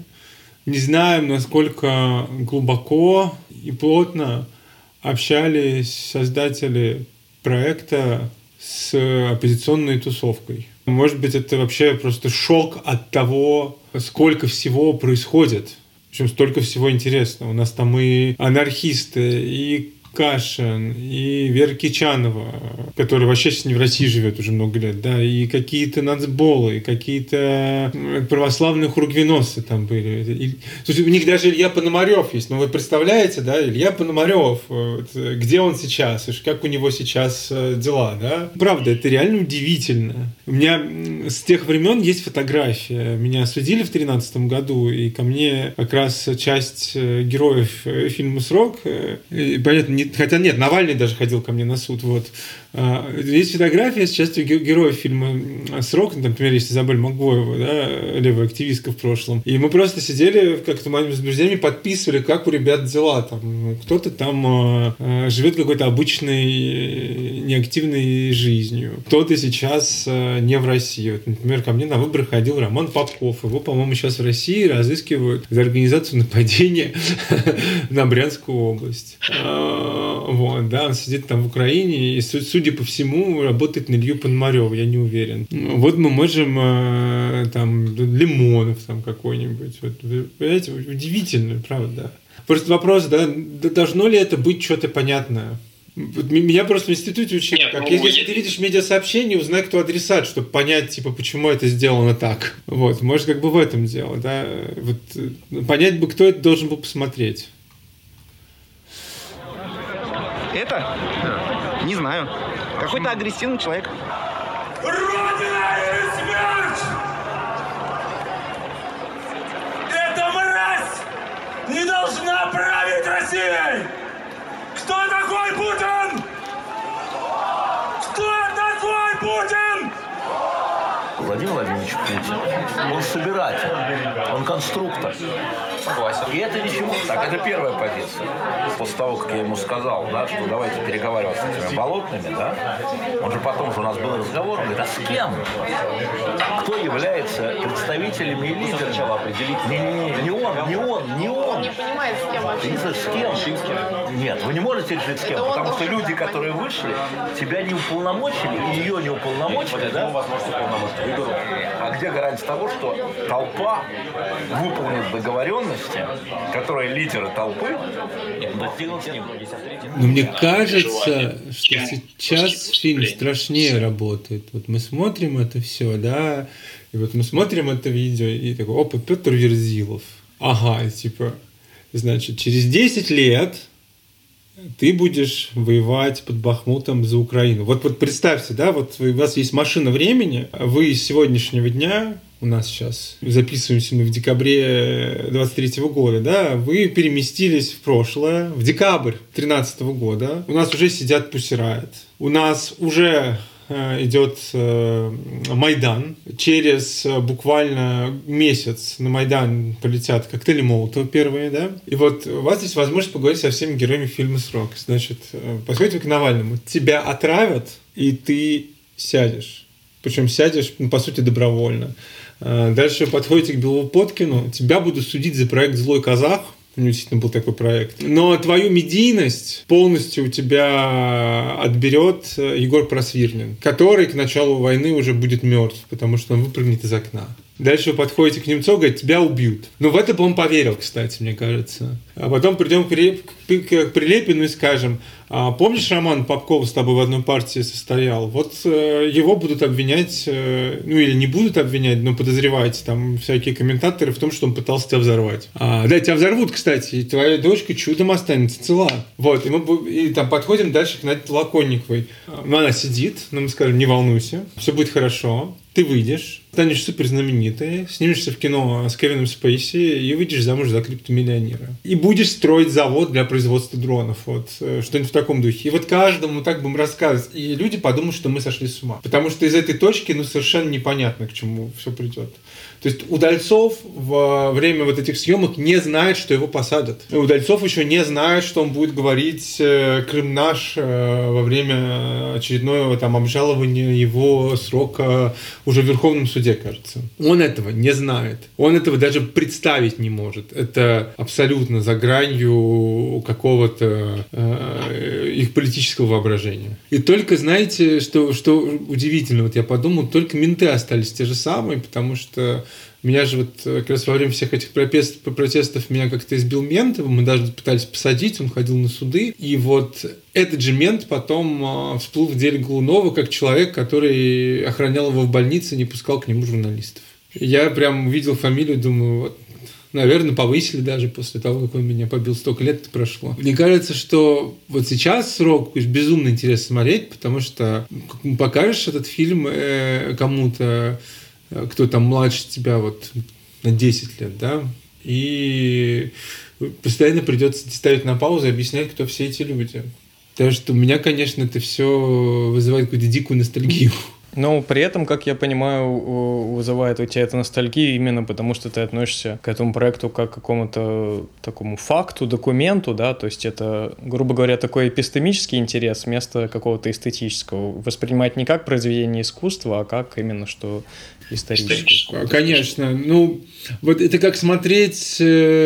не знаем, насколько глубоко и плотно общались создатели проекта с оппозиционной тусовкой. Может быть, это вообще просто шок от того, сколько всего происходит. Причем столько всего интересного. У нас там и анархисты, и Кашин, и Вера Кичанова, которая вообще сейчас не в России живет уже много лет, да, и какие-то нацболы, и какие-то православные хургвеносцы там были. Слушай, у них даже Илья Пономарев есть. Ну, вы представляете, да, Илья Пономарев, вот, где он сейчас, как у него сейчас дела, да? Правда, это реально удивительно. У меня с тех времен есть фотография. Меня осудили в 2013 году, и ко мне как раз часть героев фильма «Срок», понятно, хотя нет, Навальный даже ходил ко мне на суд. Вот. Есть фотография с частью героев фильма «Срок», например, есть Изабель Макбоева, да, левая активистка в прошлом. И мы просто сидели как-то моими возбуждениями, подписывали, как у ребят дела. Там, кто-то там живет какой-то обычной неактивной жизнью. Кто-то сейчас не в России. Вот, например, ко мне на выборы ходил Роман Попков. Его, по-моему, сейчас в России разыскивают за организацию нападения на Брянскую область. Вот, да, он сидит там в Украине и, судя по всему, работает на Илью Пономарева, я не уверен. Вот мы можем там Лимонов там какой-нибудь. Вот, понимаете, удивительно, правда. Просто вопрос, да, должно ли это быть что-то понятное? Вот меня просто в институте учили, если ты видишь медиасообщение, узнай, кто адресат, чтобы понять, типа, почему это сделано так. Вот, может, как бы в этом дело, да. Вот, понять бы, кто это должен был посмотреть. Это? Не знаю. Какой-то агрессивный человек. Родина или смерть! Эта мразь не должна править Россией! Кто такой Путин? Кто такой Путин? Владимир Владимирович Путин, он собиратель, он конструктор. Согласен. И это ничего. Так, это первая позиция. После того, как я ему сказал, да, что давайте переговариваться с этими болотными, да, он же потом же у нас был разговор, он говорит, а с кем? Кто является представителями и лидерами? Сначала определить. Не он. Не понимает, с кем вообще. С кем? Нет, вы не можете решить с кем, это потому что люди, которые вышли, тебя не уполномочили, и ее не уполномочили, да? А где гарантия того, что толпа выполнит договоренности, которые лидеры толпы достигнут с ним? Но мне кажется, что сейчас фильм страшнее работает. Вот мы смотрим это все, да, и вот мы смотрим это видео, и такой, опа, Петр Верзилов. Ага, типа, значит, через 10 лет ты будешь воевать под Бахмутом за Украину. Вот представьте, да, вот у вас есть машина времени, вы с сегодняшнего дня, у нас сейчас записываемся мы в декабре 23 года, да, вы переместились в прошлое, в декабрь 13 года, у нас уже сидят Pussy Riot, у нас уже идет Майдан. Через буквально месяц на Майдан полетят коктейли Молотова первые, да? И вот у вас здесь возможность поговорить со всеми героями фильма «Срок». Значит, подходите к Навальному. Тебя отравят, и ты сядешь. Причем сядешь, по сути, добровольно. Дальше подходите к Белову Подкину. Тебя будут судить за проект «Злой казах». У него действительно был такой проект. Но твою медийность полностью у тебя отберет Егор Просвирнин, который к началу войны уже будет мертв, потому что он выпрыгнет из окна. Дальше вы подходите к Немцову, говорит, тебя убьют. Ну, в это бы он поверил, кстати, мне кажется. А потом придем к Прилепину и скажем, помнишь, Роман Попков с тобой в одной партии состоял? Вот его будут обвинять, ну или не будут обвинять, но подозревать там всякие комментаторы в том, что он пытался тебя взорвать. Да, тебя взорвут, кстати, и твоя дочка чудом останется цела. Вот, и там подходим дальше к Наде Лаконниковой. Она сидит, но мы скажем, не волнуйся, все будет хорошо. Ты выйдешь, станешь супер знаменитой, снимешься в кино с Кевином Спейси и выйдешь замуж за криптомиллионера. И будешь строить завод для производства дронов. Вот, что-нибудь в таком духе. И вот каждому так будем рассказывать. И люди подумают, что мы сошли с ума. Потому что из этой точки, совершенно непонятно, к чему все придет. То есть Удальцов во время вот этих съемок не знает, что его посадят. Удальцов еще не знает, что он будет говорить «Крым наш» во время очередного там обжалования его срока уже в Верховном суде, кажется. Он этого не знает. Он этого даже представить не может. Это абсолютно за гранью какого-то их политического воображения. И только, знаете, что удивительно, вот я подумал, только менты остались те же самые, потому что меня же вот как раз во время всех этих протестов меня как-то избил мент, мы даже пытались посадить, он ходил на суды. И вот этот же мент потом всплыл в деле Голунова как человек, который охранял его в больнице, не пускал к нему журналистов. И я прям увидел фамилию, думаю, вот, наверное, повысили даже после того, как он меня побил, столько лет прошло. Мне кажется, что вот сейчас «Срок» безумно интересно смотреть, потому что покажешь этот фильм кому-то, кто там младше тебя вот на 10 лет, да, и постоянно придется ставить на паузу и объяснять, кто все эти люди. Потому что у меня, конечно, это все вызывает какую-то дикую ностальгию. Но при этом, как я понимаю, вызывает у тебя это ностальгию именно потому, что ты относишься к этому проекту как к какому-то такому факту, документу, да, то есть это, грубо говоря, такой эпистемический интерес вместо какого-то эстетического. Воспринимать не как произведение искусства, а как именно что историческое. Конечно. Ну, вот это как смотреть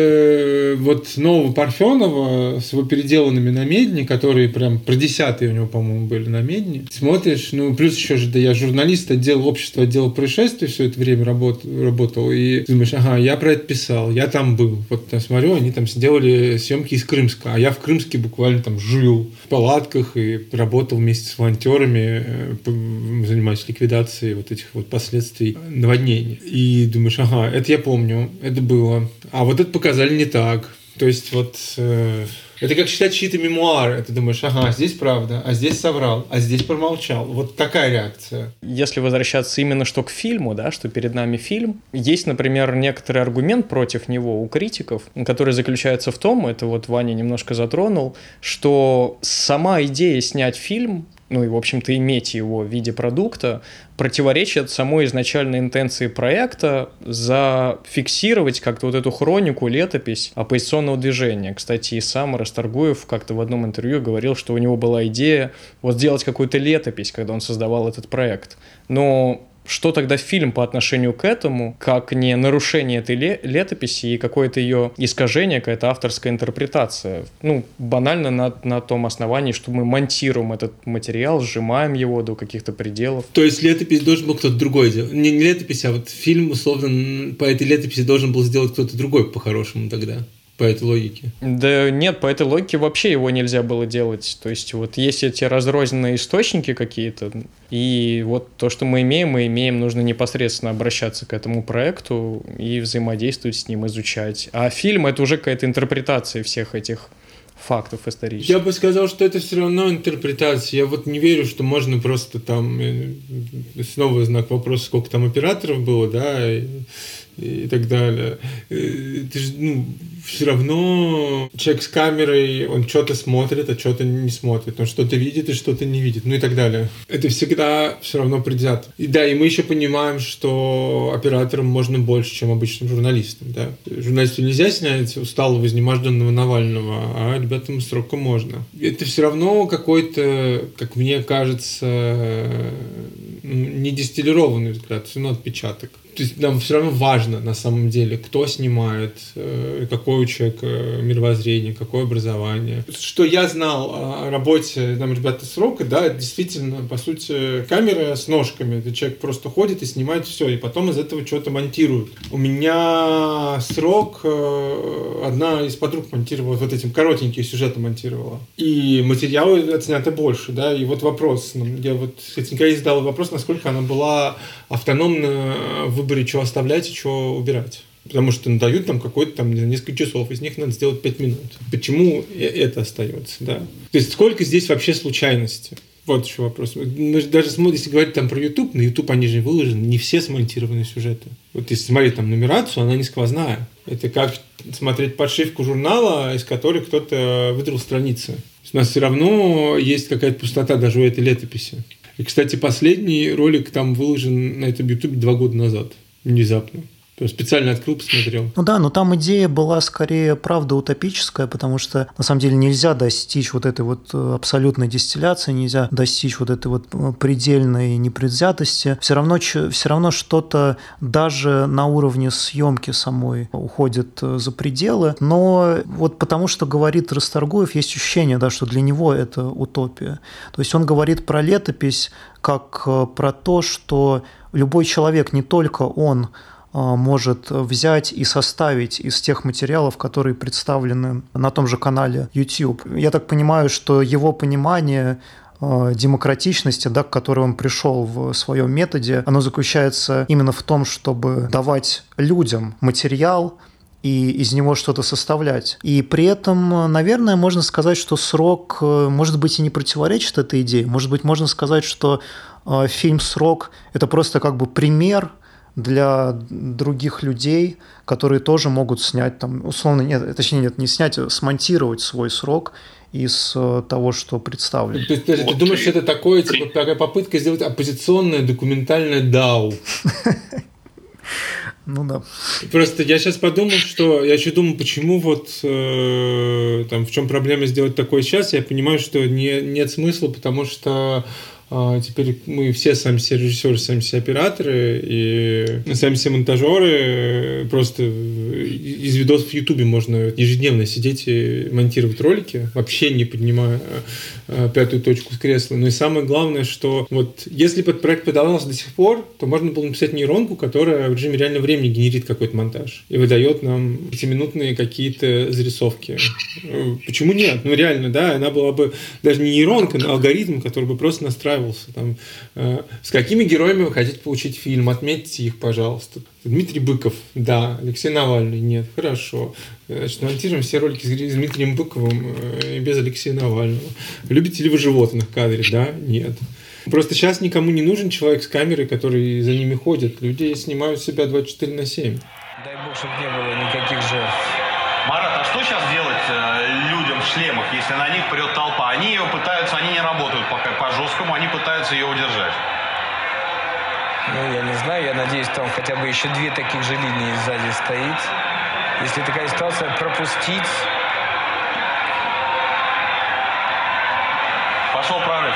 вот нового Парфенова с его переделанными на медне, которые прям про 10-е у него, по-моему, были на медне. Смотришь, ну, плюс еще же, да, я журналист отдела общества, отдела происшествий все это время работал, и думаешь, ага, я про это писал, я там был. Вот я смотрю, они там сделали съемки из Крымска, а я в Крымске буквально там жил в палатках и работал вместе с волонтерами, занимаясь ликвидацией вот этих вот последствий наводнения. И думаешь, ага, это я помню, это было. А вот это показали не так. То есть вот это как читать чьи-то мемуары. Ты думаешь, ага, здесь правда, а здесь соврал, а здесь промолчал. Вот такая реакция. Если возвращаться именно что к фильму, да, что перед нами фильм, есть, например, некоторый аргумент против него у критиков, который заключается в том, это вот Ваня немножко затронул, что сама идея снять фильм, ну и, в общем-то, иметь его в виде продукта, противоречит самой изначальной интенции проекта зафиксировать как-то вот эту хронику, летопись оппозиционного движения. Кстати, и сам Расторгуев как-то в одном интервью говорил, что у него была идея вот сделать какую-то летопись, когда он создавал этот проект. Но что тогда фильм по отношению к этому, как не нарушение этой летописи и какое-то ее искажение, какая-то авторская интерпретация? Ну, банально на том основании, что мы монтируем этот материал, сжимаем его до каких-то пределов. То есть летопись должен был кто-то другой делать? Не летопись, а вот фильм, условно, по этой летописи должен был сделать кто-то другой по-хорошему тогда? По этой логике? Да нет, по этой логике вообще его нельзя было делать. То есть вот есть эти разрозненные источники какие-то, и вот то, что мы имеем, нужно непосредственно обращаться к этому проекту и взаимодействовать с ним, изучать. А фильм — это уже какая-то интерпретация всех этих фактов исторических? Я бы сказал, что это все равно интерпретация. Я вот не верю, что можно просто там... Снова знак вопроса, сколько там операторов было, да, и так далее. Это же, все равно человек с камерой, он что-то смотрит, а что-то не смотрит. Он что-то видит и что-то не видит, и так далее. Это всегда все равно предвзято. И да, и мы еще понимаем, что операторам можно больше, чем обычным журналистам, да. Журналисту нельзя снять усталого, изнеможденного Навального, а ребятам срока можно. Это все равно какой-то, как мне кажется, не дистиллированный взгляд, все равно отпечаток. То есть нам все равно важно, на самом деле, кто снимает, какое у человека мировоззрение, какое образование. Что я знал о работе там, ребята срока, да, действительно, по сути, камера с ножками. Это человек просто ходит и снимает все, и потом из этого что-то монтирует. У меня срок, одна из подруг монтировала, вот этим коротенькие сюжеты монтировала. И материалы отснято больше, да, и вот вопрос. Я вот, кстати, никогда не задал вопрос, насколько она была автономна в выборе, что оставлять и что убирать. Потому что дают там какой-то там несколько часов, из них надо сделать 5 минут. Почему это остается, да? То есть сколько здесь вообще случайности? Вот еще вопрос. Мы же даже смотрим, если говорить там про YouTube, на YouTube они же выложены, не все смонтированы сюжеты. Вот если смотреть там нумерацию, она не сквозная. Это как смотреть подшивку журнала, из которой кто-то выдрал страницы. У нас все равно есть какая-то пустота даже у этой летописи. И, кстати, последний ролик там выложен на этом YouTube 2 года назад. Внезапно. Специально открыл, посмотрел. Ну да, но там идея была скорее, правда, утопическая, потому что, на самом деле, нельзя достичь вот этой вот абсолютной дистилляции, нельзя достичь вот этой вот предельной непредвзятости. Все равно что-то даже на уровне съемки самой уходит за пределы. Но вот потому что говорит Расторгуев, есть ощущение, да, что для него это утопия. То есть он говорит про летопись как про то, что любой человек, не только он, может взять и составить из тех материалов, которые представлены на том же канале YouTube. Я так понимаю, что его понимание демократичности, да, к которой он пришел в своем методе, оно заключается именно в том, чтобы давать людям материал и из него что-то составлять. И при этом, наверное, можно сказать, что «Срок», может быть, и не противоречит этой идее. Может быть, можно сказать, что фильм «Срок» — это просто как бы пример для других людей, которые тоже могут снять, там, условно, не снять, а смонтировать свой срок из того, что представлено. То есть ты думаешь, что это такое, типа, такая попытка сделать оппозиционное документальное DAO? Ну да. Просто я сейчас подумал, что я еще думаю, почему вот там в чем проблема сделать такое сейчас. Я понимаю, что нет смысла, потому что теперь мы все сами все режиссеры, сами все операторы и сами все монтажеры. Просто из видосов в Ютубе можно ежедневно сидеть и монтировать ролики, вообще не поднимая пятую точку с кресла. Но и самое главное, что вот если бы этот проект продавался до сих пор, то можно было написать нейронку, которая в режиме реального времени генерит какой-то монтаж и выдает нам 5-минутные какие-то зарисовки. Почему нет? Ну реально, да, она была бы даже не нейронка, но алгоритм, который бы просто настраивался. Там, с какими героями вы хотите получить фильм? Отметьте их, пожалуйста. Дмитрий Быков, да. Алексей Навальный, нет. Хорошо. Значит, монтируем все ролики с Дмитрием Быковым и без Алексея Навального. Любите ли вы животных в кадре? Да? Нет. Просто сейчас никому не нужен человек с камерой, который за ними ходит. Люди снимают себя 24/7. Дай бог, чтобы не было никаких жертв. Марат, а что сейчас делать людям в шлемах, если на них прет толпа? Они ее пытаются, они не работают пока по-жесткому, они пытаются ее удержать. Ну, я не знаю, я надеюсь, там хотя бы еще 2 таких же линии сзади стоит. Если такая ситуация, пропустить. Пошел прорыв.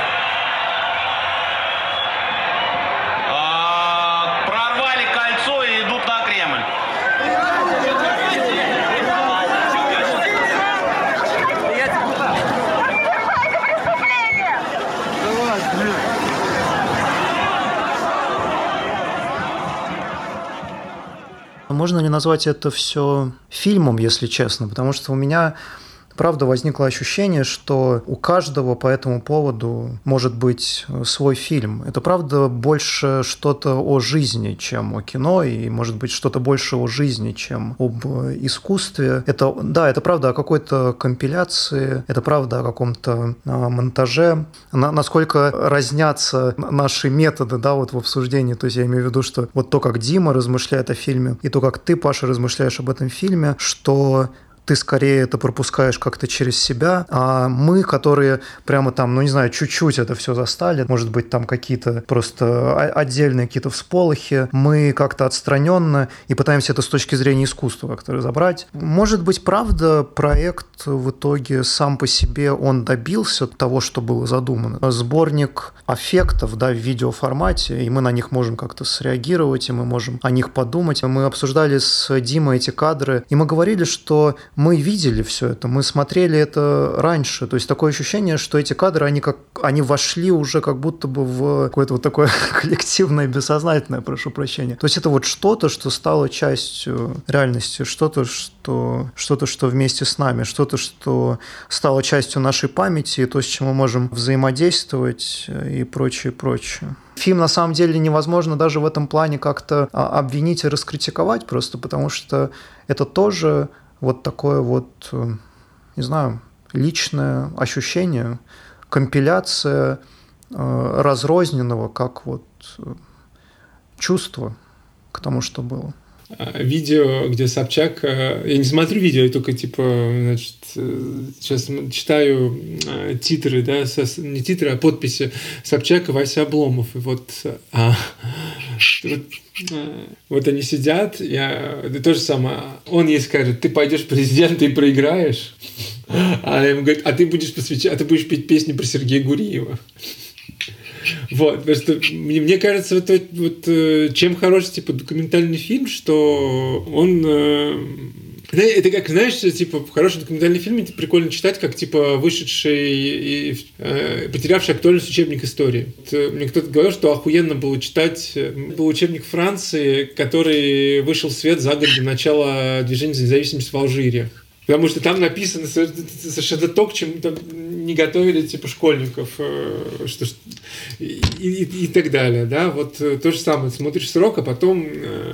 Прорвали кольцо и идут на Кремль. Можно ли назвать это все фильмом, если честно? Потому что у меня правда возникло ощущение, что у каждого по этому поводу может быть свой фильм. Это правда больше что-то о жизни, чем о кино, и может быть что-то больше о жизни, чем об искусстве. Это правда о какой-то компиляции, это правда о каком-то монтаже. Насколько разнятся наши методы, да, вот в обсуждении. То есть я имею в виду, что вот то, как Дима размышляет о фильме, и то, как ты, Паша, размышляешь об этом фильме, что ты скорее это пропускаешь как-то через себя, а мы, которые прямо там, не знаю, чуть-чуть это все застали, может быть, там какие-то просто отдельные какие-то всполохи, мы как-то отстраненно и пытаемся это с точки зрения искусства как-то разобрать. Может быть, правда, проект в итоге сам по себе, он добился того, что было задумано. Сборник аффектов, да, в видеоформате, и мы на них можем как-то среагировать, и мы можем о них подумать. Мы обсуждали с Димой эти кадры, и мы говорили, что мы видели все это, мы смотрели это раньше. То есть такое ощущение, что эти кадры, они вошли уже как будто бы в какое-то вот такое коллективное, бессознательное, прошу прощения. То есть это вот что-то, что стало частью реальности, что-то, что вместе с нами, что-то, что стало частью нашей памяти, и то, с чем мы можем взаимодействовать и прочее, прочее. Фильм, на самом деле, невозможно даже в этом плане как-то обвинить и раскритиковать, просто потому что это тоже вот такое вот, не знаю, личное ощущение, компиляция разрозненного, как вот чувство к тому, что было. Видео, где Собчак... Я не смотрю видео, я только, значит, сейчас читаю титры, да, не титры, а подписи Собчак и Вася Обломов. И вот они сидят, то же самое. Он ей скажет: ты пойдешь президента и проиграешь. А она ему говорит: а ты будешь петь песни про Сергея Гуриева. Вот, потому что мне кажется, чем хорош документальный фильм, что он... это как, знаешь, хороший документальный фильм, это прикольно читать, как вышедший и потерявший актуальность учебник истории. Мне кто-то говорил, что охуенно было читать. Был учебник Франции, который вышел в свет за год до начала движения за независимость в Алжире. Потому что там написано совершенно то, к чему там не готовили школьников и так далее. Да? Вот то же самое. Смотришь срок, а потом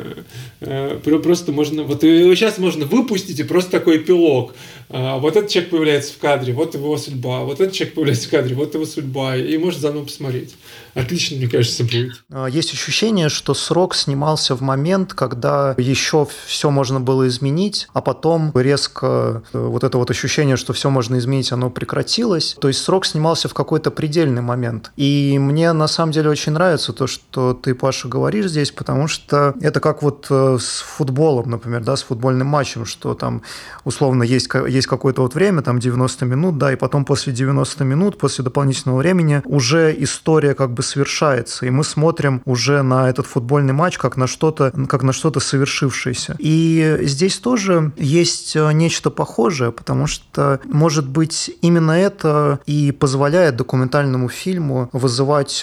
просто можно... Вот его сейчас можно выпустить, и просто такой эпилог. Вот этот человек появляется в кадре, вот его судьба. Вот этот человек появляется в кадре, вот его судьба. И можно заново посмотреть. Отлично, мне кажется, будет. Есть ощущение, что «Срок» снимался в момент, когда еще все можно было изменить, а потом резко вот это вот ощущение, что все можно изменить, оно прекратилось. То есть «Срок» снимался в какой-то предельный момент. И мне на самом деле очень нравится то, что ты, Паша, говоришь здесь, потому что это как вот с футболом, например, да, с футбольным матчем, что там условно есть какое-то вот время, там 90 минут, да, и потом после 90 минут, после дополнительного времени уже история как бы совершается, и мы смотрим уже на этот футбольный матч как на что-то совершившееся. И здесь тоже есть нечто похожее, потому что, может быть, именно это и позволяет документальному фильму вызывать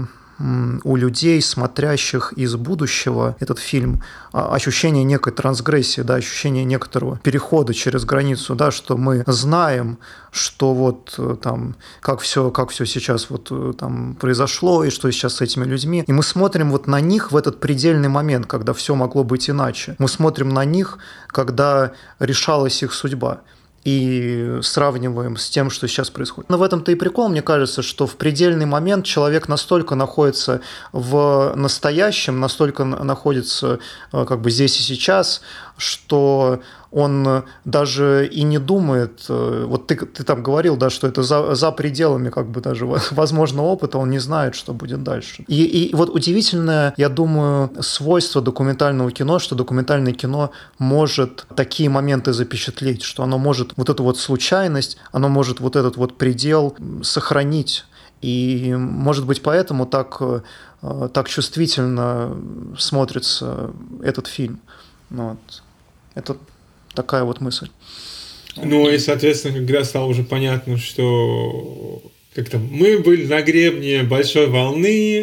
у людей, смотрящих из будущего этот фильм, ощущение некой трансгрессии, да, ощущение некоторого перехода через границу, да, что мы знаем, что вот там, как все сейчас вот там произошло, и что сейчас с этими людьми. И мы смотрим вот на них в этот предельный момент, когда все могло быть иначе. Мы смотрим на них, когда решалась их судьба. И сравниваем с тем, что сейчас происходит. Но в этом-то и прикол, мне кажется, что в предельный момент человек настолько находится в настоящем, настолько находится как бы здесь и сейчас, что он даже и не думает, вот ты там говорил, да, что это за пределами как бы даже возможного опыта, он не знает, что будет дальше. И вот удивительное, я думаю, свойство документального кино, что документальное кино может такие моменты запечатлеть, что оно может вот эту вот случайность, оно может вот этот вот предел сохранить. И, может быть, поэтому так чувствительно смотрится этот фильм. Вот. Это такая вот мысль. Ну и, соответственно, когда стало уже понятно, что мы были на гребне большой волны,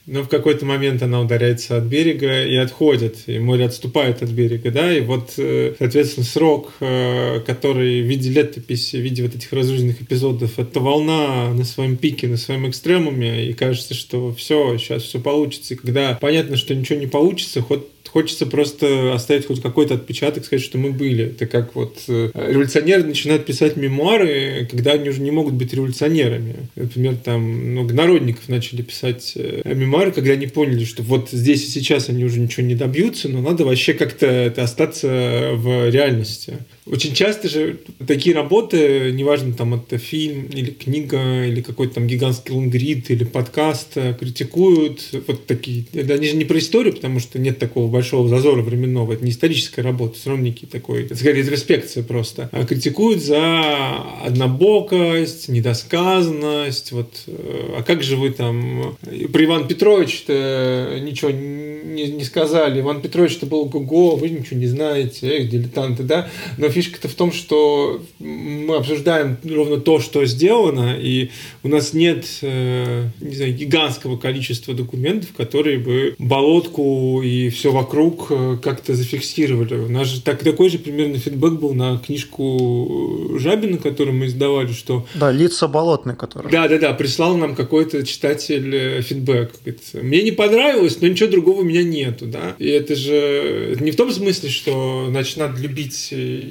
но в какой-то момент она ударяется от берега и отходит, и море отступает от берега, да, и вот, соответственно, срок, который в виде летописи, в виде вот этих разрушенных эпизодов, это волна на своем пике, на своем экстремуме, и кажется, что все, сейчас все получится, и когда понятно, что ничего не получится, хочется просто оставить хоть какой-то отпечаток, сказать, что мы были. Это как вот революционеры начинают писать мемуары, когда они уже не могут быть революционерами. Например, там много народников начали писать мемуары, когда они поняли, что вот здесь и сейчас они уже ничего не добьются, но надо вообще как-то остаться в реальности. Очень часто же такие работы, неважно, там это фильм или книга, или какой-то там гигантский лонгрид, или подкаст, критикуют вот такие. Они же не про историю, потому что нет такого большого зазора временного, это не историческая работа, все равно некий такой, это скорее ретроспекция просто. А критикуют за однобокость, недосказанность, вот, а как же вы там про Ивана Петровича-то ничего не сказали, Иван Петрович-то был ого-го, вы ничего не знаете, дилетанты, да, но фишка-то в том, что мы обсуждаем ровно то, что сделано, и у нас нет, не знаю, гигантского количества документов, которые бы болотку и все вокруг как-то зафиксировали. У нас же такой же примерно фидбэк был на книжку Жабина, которую мы издавали, что... Да, «Лица болотные», которые... Да, прислал нам какой-то читатель фидбэк. Говорит, мне не понравилось, но ничего другого у меня нету, да. И это же не в том смысле, что, значит, надо любить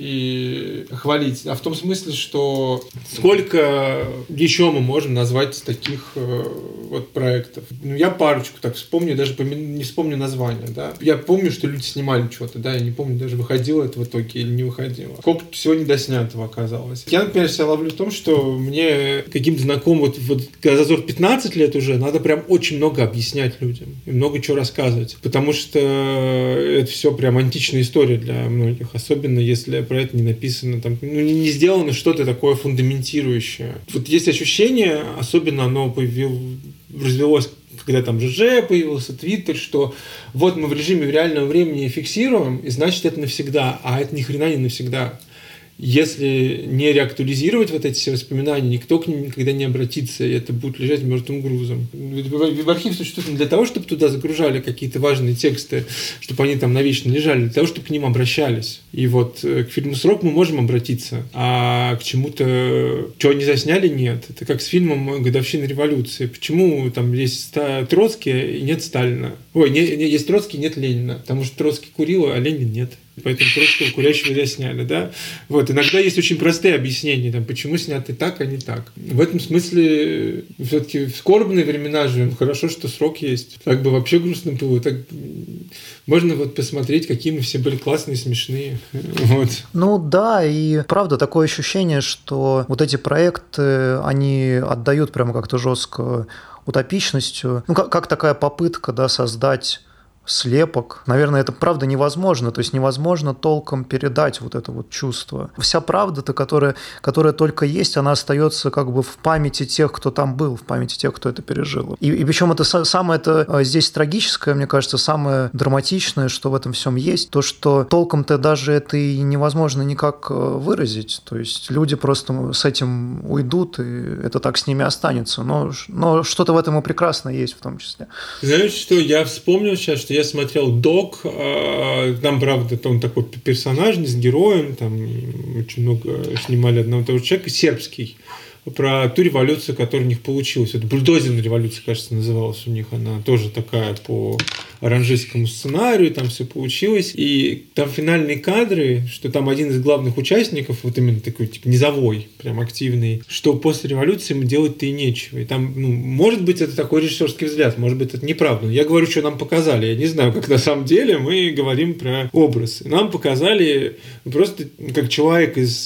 и хвалить, а в том смысле, что сколько еще мы можем назвать таких вот проектов. Ну, я парочку так вспомню, даже не вспомню название, да. Я помню, что люди снимали что-то, да, я не помню, даже выходило это в итоге или не выходило. Сколько всего недоснятого оказалось. Я, например, себя ловлю в том, что мне каким-то знакомым, вот зазор 15 лет уже, надо прям очень много объяснять людям и много чего рассказывать, потому что это все прям античная история для многих, особенно если про это не написано, там, ну, не сделано что-то такое фундаментирующее. Вот есть ощущение, особенно оно развелось, когда там ЖЖ появился, Твиттер, что вот мы в режиме реального времени фиксируем, и значит это навсегда, а это ни хрена не навсегда. Если не реактуализировать вот эти все воспоминания, никто к ним никогда не обратится, и это будет лежать мертвым грузом. В архив существует не для того, чтобы туда загружали какие-то важные тексты, чтобы они там навечно лежали, для того, чтобы к ним обращались. И вот к фильму «Срок» мы можем обратиться, а к чему-то, чего не засняли, нет. Это как с фильмом «Годовщина революции». Почему там есть Троцкий и нет Сталина? Ой, есть Троцкий, нет Ленина. Потому что Троцкий курил, а Ленин нет. Поэтому Троцкого курящего засняли, да? Вот, иногда есть очень простые объяснения, там, почему сняты так, а не так. В этом смысле все-таки в скорбные времена живем. Хорошо, что «Срок» есть. Так бы вообще грустно было. Так можно вот посмотреть, какие мы все были классные, смешные. Вот. Ну да, и правда такое ощущение, что вот эти проекты, они отдают прямо как-то жестко утопичностью. Ну, как такая попытка, да, создать слепок. Наверное, это правда невозможно. То есть невозможно толком передать вот это вот чувство. Вся правда-то, которая только есть, она остается как бы в памяти тех, кто там был, в памяти тех, кто это пережил. И причем это самое здесь трагическое, мне кажется, самое драматичное, что в этом всем есть, то, что толком-то даже это и невозможно никак выразить. То есть люди просто с этим уйдут, и это так с ними останется. Но что-то в этом и прекрасное есть в том числе. Знаешь, что я вспомнил сейчас, что я смотрел «Док», там, правда, он такой персонажный, с героем, там очень много снимали одного того же человека, сербский, про ту революцию, которая у них получилась. Это бульдозерная революция, кажется, называлась у них. Она тоже такая по оранжистскому сценарию, там все получилось. И там финальные кадры, что там один из главных участников, вот именно такой, типа, низовой, прям активный, что после революции ему делать-то и нечего. И там, ну, может быть, это такой режиссерский взгляд, может быть, это неправда. Я говорю, что нам показали. Я не знаю, как на самом деле мы говорим про образ. Нам показали просто как человек из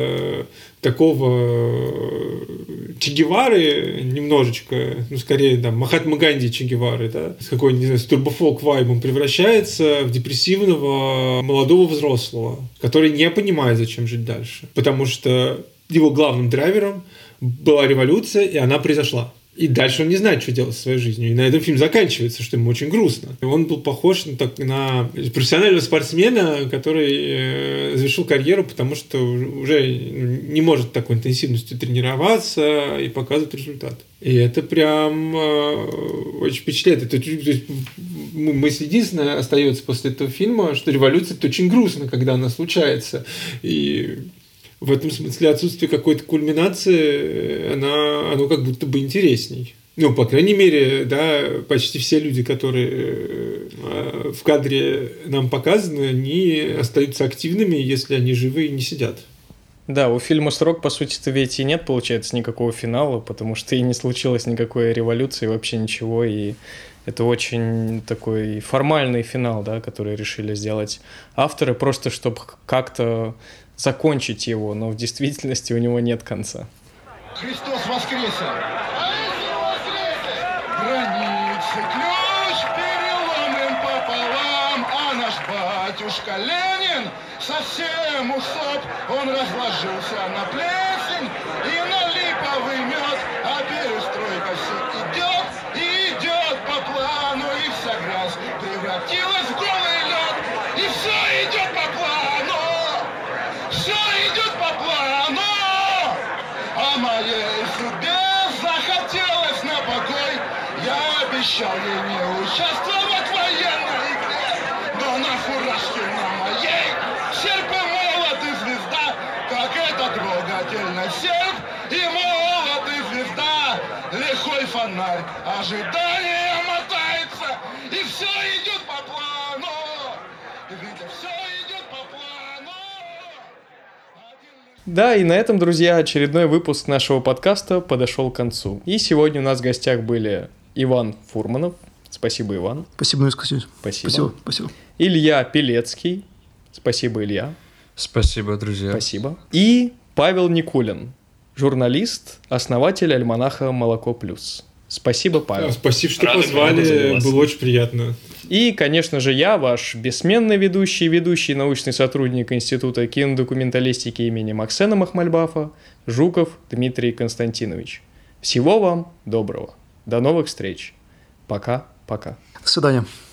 такого Че Гевары немножечко, ну, скорее, да, Махатма Ганди Че Гевары, да, с какой, не знаю, с турбофолк-вайбом превращается в депрессивного молодого взрослого, который не понимает, зачем жить дальше. Потому что его главным драйвером была революция, и она произошла. И дальше он не знает, что делать со своей жизнью. И на этом фильм заканчивается, что ему очень грустно. Он был похож на профессионального спортсмена, который завершил карьеру, потому что уже не может такой интенсивностью тренироваться и показывать результат. И это прям очень впечатляет. То есть мысль единственная остается после этого фильма, что революция – это очень грустно, когда она случается. И в этом смысле отсутствие какой-то кульминации, оно как будто бы интересней. Ну, по крайней мере, да, почти все люди, которые в кадре нам показаны, они остаются активными, если они живы и не сидят. Да, у фильма «Срок», по сути-то, ведь и нет, получается, никакого финала, потому что и не случилось никакой революции, вообще ничего, и это очень такой формальный финал, да, который решили сделать авторы, просто чтобы как-то закончить его, но в действительности у него нет конца. Христос воскресе! Границы ключ переломлен пополам, а наш батюшка Ленин совсем усоп. Он разложился на плесень и на липовый мед, а перестройка все идет и идет по плану, и вся грязь превратилась в голый лед, и все идет по плану. Все идет по плану, а моей судьбе захотелось на покой. Я обещал ей не участвовать в военной игре, но на фуражке на моей серп и молот и звезда, как это трогательно, серп и молот и звезда, лихой фонарь ожидания мотается, и все идет по плану, видя, все идет по плану. Да, и на этом, друзья, очередной выпуск нашего подкаста подошел к концу. И сегодня у нас в гостях были Иван Фурманов. Спасибо, Иван. Спасибо, Спасибо. Спасибо. Илья Пелецкий. Спасибо, Илья. Спасибо, друзья. Спасибо. И Павел Никулин, журналист, основатель альманаха «Молоко плюс». Спасибо, Павел. Да, спасибо, что позвали. Было очень приятно. И, конечно же, я, ваш бессменный ведущий научный сотрудник Института кинодокументалистики имени Максена Махмальбафа, Жуков Дмитрий Константинович. Всего вам доброго. До новых встреч. Пока-пока. До свидания.